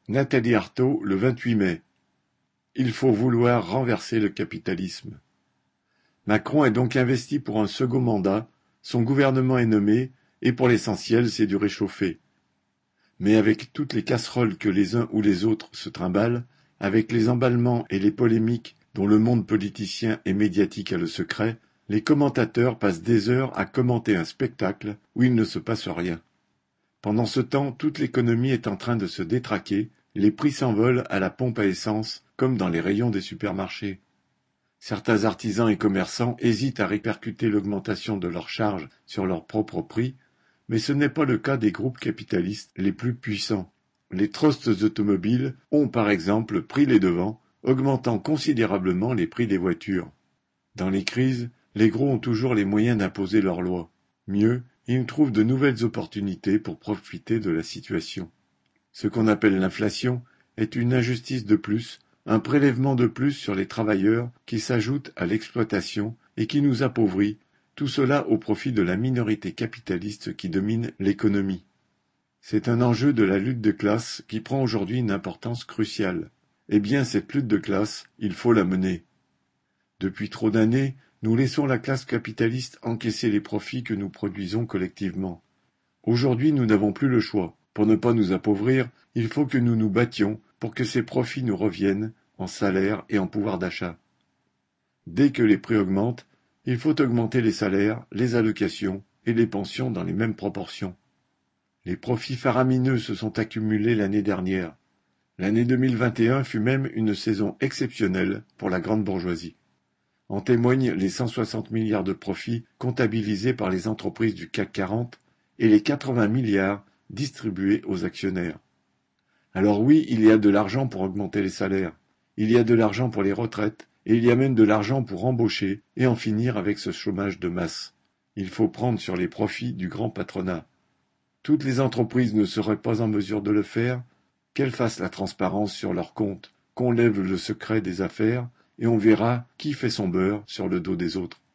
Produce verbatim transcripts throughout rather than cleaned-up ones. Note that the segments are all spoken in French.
Nathalie Arthaud, le vingt-huit mai. Il faut vouloir renverser le capitalisme. Macron est donc investi pour un second mandat, son gouvernement est nommé, et pour l'essentiel c'est du réchauffé. Mais avec toutes les casseroles que les uns ou les autres se trimballent, avec les emballements et les polémiques dont le monde politicien et médiatique a le secret, les commentateurs passent des heures à commenter un spectacle où il ne se passe rien. Pendant ce temps, toute l'économie est en train de se détraquer, les prix s'envolent à la pompe à essence comme dans les rayons des supermarchés. Certains artisans et commerçants hésitent à répercuter l'augmentation de leurs charges sur leurs propres prix, mais ce n'est pas le cas des groupes capitalistes les plus puissants. Les trusts automobiles ont par exemple pris les devants, augmentant considérablement les prix des voitures. Dans les crises, les gros ont toujours les moyens d'imposer leurs lois. Mieux, ils trouvent de nouvelles opportunités pour profiter de la situation. Ce qu'on appelle l'inflation est une injustice de plus, un prélèvement de plus sur les travailleurs qui s'ajoute à l'exploitation et qui nous appauvrit, tout cela au profit de la minorité capitaliste qui domine l'économie. C'est un enjeu de la lutte de classe qui prend aujourd'hui une importance cruciale. Eh bien, cette lutte de classe, il faut la mener. Depuis trop d'années, nous laissons la classe capitaliste encaisser les profits que nous produisons collectivement. Aujourd'hui, nous n'avons plus le choix. Pour ne pas nous appauvrir, il faut que nous nous battions pour que ces profits nous reviennent en salaire et en pouvoir d'achat. Dès que les prix augmentent, il faut augmenter les salaires, les allocations et les pensions dans les mêmes proportions. Les profits faramineux se sont accumulés l'année dernière. L'année deux mille vingt et un fut même une saison exceptionnelle pour la grande bourgeoisie. En témoignent les cent soixante milliards de profits comptabilisés par les entreprises du C A C quarante et les quatre-vingts milliards distribués aux actionnaires. Alors oui, il y a de l'argent pour augmenter les salaires, il y a de l'argent pour les retraites, et il y a même de l'argent pour embaucher et en finir avec ce chômage de masse. Il faut prendre sur les profits du grand patronat. Toutes les entreprises ne seraient pas en mesure de le faire, qu'elles fassent la transparence sur leurs comptes, qu'on lève le secret des affaires, et on verra qui fait son beurre sur le dos des autres.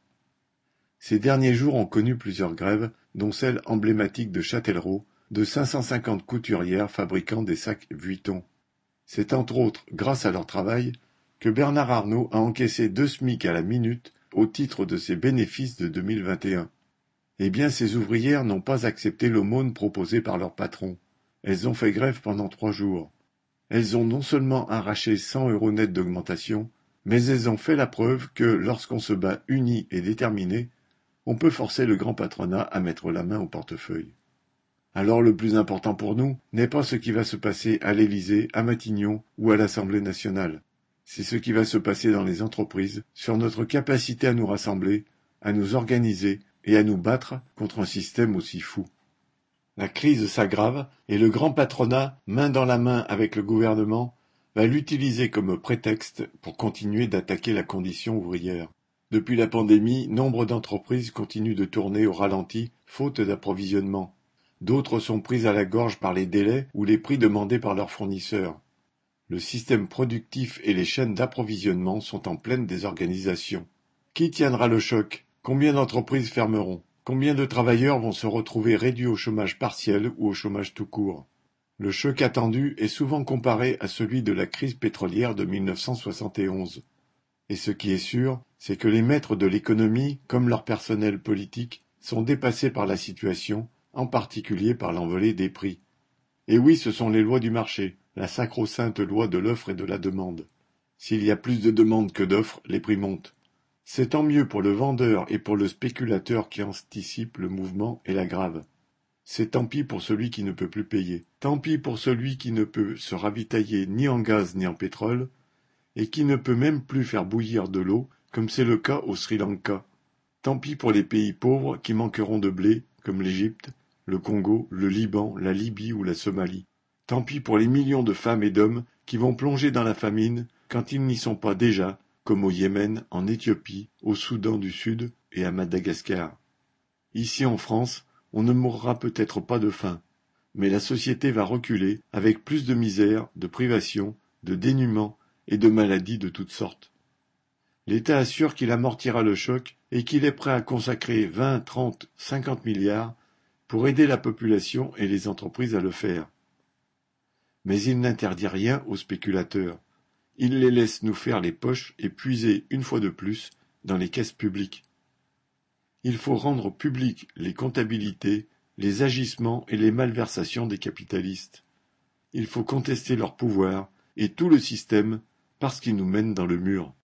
Ces derniers jours ont connu plusieurs grèves, dont celle emblématique de Châtellerault, de cinq cent cinquante couturières fabriquant des sacs Vuitton. C'est entre autres grâce à leur travail que Bernard Arnault a encaissé deux SMIC à la minute au titre de ses bénéfices de deux mille vingt et un. Eh bien, ces ouvrières n'ont pas accepté l'aumône proposée par leur patron. Elles ont fait grève pendant trois jours. Elles ont non seulement arraché cent euros nets d'augmentation, mais elles ont fait la preuve que, lorsqu'on se bat unis et déterminés, on peut forcer le grand patronat à mettre la main au portefeuille. Alors le plus important pour nous n'est pas ce qui va se passer à l'Élysée, à Matignon ou à l'Assemblée nationale. C'est ce qui va se passer dans les entreprises, sur notre capacité à nous rassembler, à nous organiser et à nous battre contre un système aussi fou. La crise s'aggrave et le grand patronat, main dans la main avec le gouvernement, va l'utiliser comme prétexte pour continuer d'attaquer la condition ouvrière. Depuis la pandémie, nombre d'entreprises continuent de tourner au ralenti, faute d'approvisionnement. D'autres sont prises à la gorge par les délais ou les prix demandés par leurs fournisseurs. Le système productif et les chaînes d'approvisionnement sont en pleine désorganisation. Qui tiendra le choc? Combien d'entreprises fermeront? Combien de travailleurs vont se retrouver réduits au chômage partiel ou au chômage tout court? Le choc attendu est souvent comparé à celui de la crise pétrolière de mille neuf cent soixante et onze. Et ce qui est sûr, c'est que les maîtres de l'économie, comme leur personnel politique, sont dépassés par la situation, en particulier par l'envolée des prix. Et oui, ce sont les lois du marché, la sacro-sainte loi de l'offre et de la demande. S'il y a plus de demandes que d'offres, les prix montent. C'est tant mieux pour le vendeur et pour le spéculateur qui anticipe le mouvement et l'aggrave. C'est tant pis pour celui qui ne peut plus payer. Tant pis pour celui qui ne peut se ravitailler ni en gaz ni en pétrole, et qui ne peut même plus faire bouillir de l'eau, comme c'est le cas au Sri Lanka. Tant pis pour les pays pauvres qui manqueront de blé, comme l'Égypte, le Congo, le Liban, la Libye ou la Somalie. Tant pis pour les millions de femmes et d'hommes qui vont plonger dans la famine quand ils n'y sont pas déjà, comme au Yémen, en Éthiopie, au Soudan du Sud et à Madagascar. Ici en France, on ne mourra peut-être pas de faim, mais la société va reculer avec plus de misère, de privation, de dénuement et de maladies de toutes sortes. L'État assure qu'il amortira le choc et qu'il est prêt à consacrer vingt, trente, cinquante milliards pour aider la population et les entreprises à le faire. Mais il n'interdit rien aux spéculateurs. Il les laisse nous faire les poches et puiser une fois de plus dans les caisses publiques. Il faut rendre publiques les comptabilités, les agissements et les malversations des capitalistes. Il faut contester leur pouvoir et tout le système parce qu'ils nous mènent dans le mur.